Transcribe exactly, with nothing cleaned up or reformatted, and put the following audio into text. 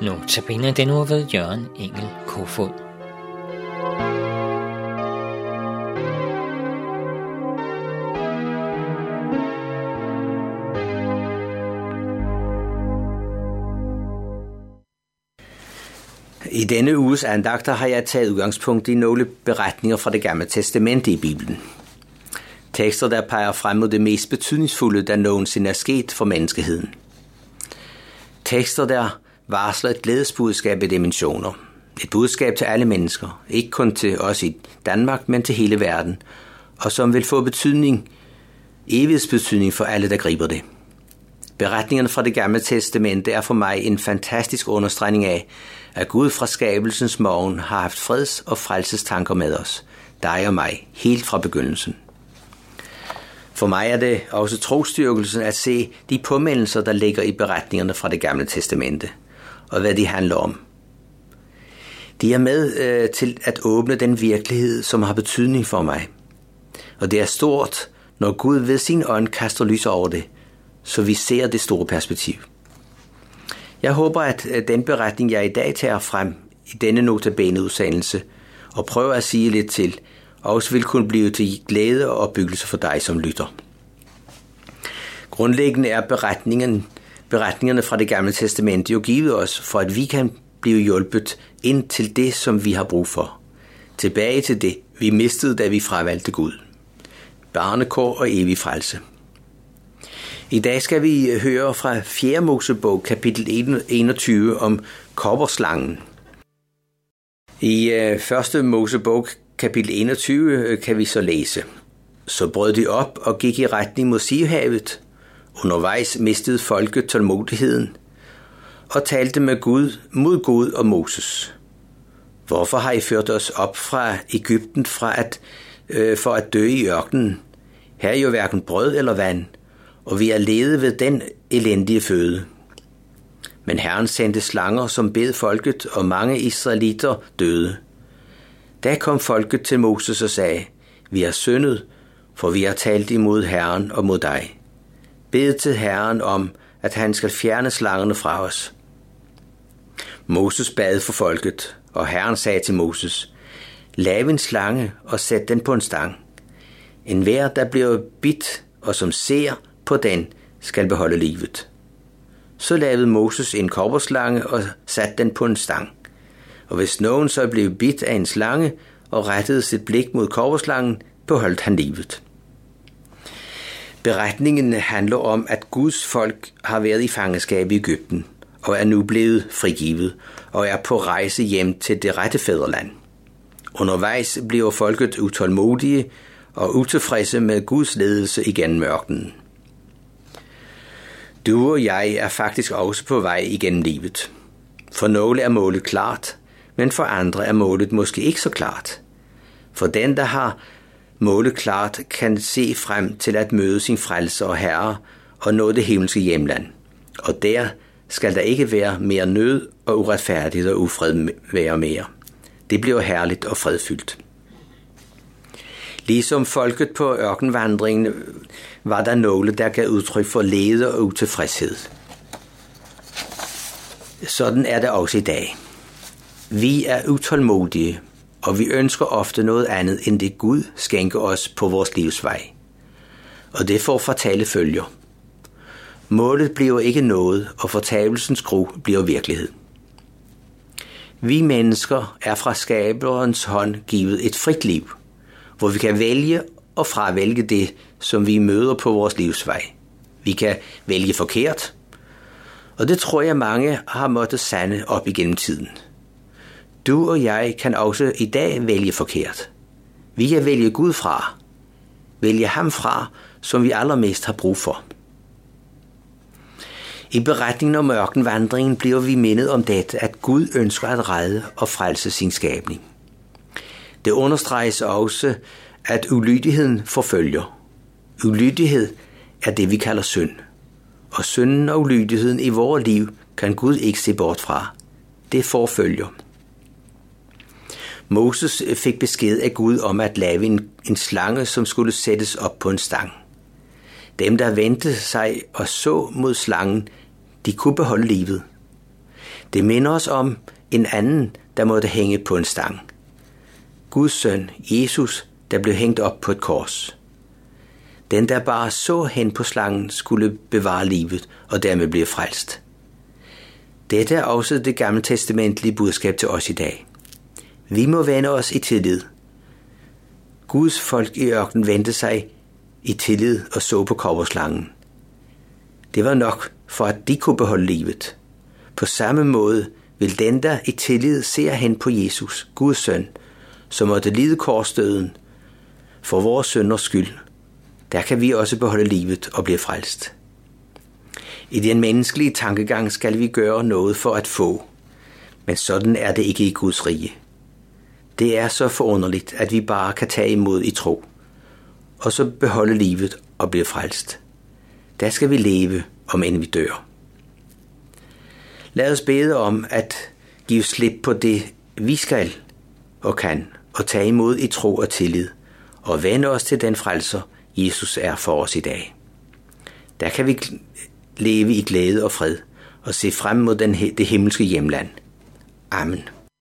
Notabene den nu ved Jørgen Engel Kofod. I denne uges andagter har jeg taget udgangspunkt i nogle beretninger fra det gamle testamente i Bibelen. Tekster, der peger frem mod det mest betydningsfulde, der nogensinde er sket for menneskeheden. Tekster, der varsler et glædesbudskab i dimensioner. Et budskab til alle mennesker, ikke kun til os i Danmark, men til hele verden, og som vil få betydning, evighedsbetydning for alle, der griber det. Beretningerne fra det gamle testamente er for mig en fantastisk understregning af, at Gud fra skabelsens morgen har haft freds- og frelsestanker med os, dig og mig, helt fra begyndelsen. For mig er det også trosstyrkelsen at se de påmindelser, der ligger i beretningerne fra det gamle testamente, og hvad de handler om. De er med øh, til at åbne den virkelighed, som har betydning for mig. Og det er stort, når Gud ved sin ånd kaster lys over det, så vi ser det store perspektiv. Jeg håber, at den beretning, jeg i dag tager frem i denne notabene-udsendelse, og prøver at sige lidt til, også vil kunne blive til glæde og opbyggelse for dig, som lytter. Grundlæggende er beretningen, beretningerne fra det gamle testamente jo givet os, for at vi kan blive hjulpet ind til det, som vi har brug for. Tilbage til det, vi mistede, da vi fravalgte Gud. Barnekår og evig frelse. I dag skal vi høre fra fjerde Mosebog, kapitel enogtyve, om kobberslangen. I øh, første Mosebog, kapitel enogtyve, kan vi så læse. Så brød de op og gik i retning mod Sivhavet. Undervejs mistede folket tålmodigheden og talte med Gud, mod Gud og Moses. Hvorfor har I ført os op fra Egypten fra at, øh, for at dø i ørkenen? Her er jo hverken brød eller vand, og vi er lede ved den elendige føde. Men Herren sendte slanger, som bed folket, og mange israeliter døde. Da kom folket til Moses og sagde, vi har syndet, for vi har talt imod Herren og mod dig. Bed til Herren om, at han skal fjerne slangerne fra os. Moses bad for folket, og Herren sagde til Moses, lav en slange og sæt den på en stang. En hver, der bliver bidt og som ser på den, skal beholde livet. Så lavede Moses en kobberslange og satte den på en stang. Og hvis nogen så blev bidt af en slange og rettede sit blik mod kobberslangen, beholdt han livet. Beretningen handler om, at Guds folk har været i fangenskab i Egypten og er nu blevet frigivet og er på rejse hjem til det rette fædreland. Undervejs bliver folket utålmodige og utilfredse med Guds ledelse igennem ørkenen. Du og jeg er faktisk også på vej igennem livet. For nogle er målet klart, men for andre er målet måske ikke så klart. For den, der har målet klart, kan se frem til at møde sin frelser og herre og nå det himmelske hjemland. Og der skal der ikke være mere nød og uretfærdighed og ufred være mere. Det bliver herligt og fredfyldt. Ligesom folket på ørkenvandringen var der nogle, der gav udtryk for lede og utilfredshed. Sådan er det også i dag. Vi er utålmodige, og vi ønsker ofte noget andet, end det Gud skænker os på vores livsvej. Og det får fatale følger. Målet bliver ikke nået, og fortabelsens gru bliver virkelighed. Vi mennesker er fra skaberens hånd givet et frit liv, hvor vi kan vælge og fravælge det, som vi møder på vores livsvej. Vi kan vælge forkert, og det tror jeg mange har måttet sande op igennem tiden. Du og jeg kan også i dag vælge forkert. Vi kan vælge Gud fra, vælge ham fra, som vi allermest har brug for. I beretningen om ørkenvandringen bliver vi mindet om dette, at Gud ønsker at redde og frelse sin skabning. Det understreges også, at ulydigheden forfølger. Ulydighed er det, vi kalder synd. Og synden og ulydigheden i vores liv kan Gud ikke se bort fra. Det forfølger. Moses fik besked af Gud om at lave en, en slange, som skulle sættes op på en stang. Dem, der vendte sig og så mod slangen, de kunne beholde livet. Det minder os om en anden, der måtte hænge på en stang. Guds søn, Jesus, der blev hængt op på et kors. Den, der bare så hen på slangen, skulle bevare livet og dermed blive frelst. Dette er også det gamle testamentlige budskab til os i dag. Vi må vende os i tillid. Guds folk i ørkenen vendte sig i tillid og så på kobberslangen. Det var nok for, at de kunne beholde livet. På samme måde vil den, der i tillid ser hen på Jesus, Guds søn, som måtte lide korsdøden for vores synders skyld, der kan vi også beholde livet og blive frelst. I den menneskelige tankegang skal vi gøre noget for at få, men sådan er det ikke i Guds rige. Det er så forunderligt, at vi bare kan tage imod i tro, og så beholde livet og blive frelst. Der skal vi leve, om end vi dør. Lad os bede om at give slip på det, vi skal og kan, og tage imod i tro og tillid, og vende os til den frelser, Jesus er for os i dag. Der kan vi leve i glæde og fred, og se frem mod den, det himmelske hjemland. Amen.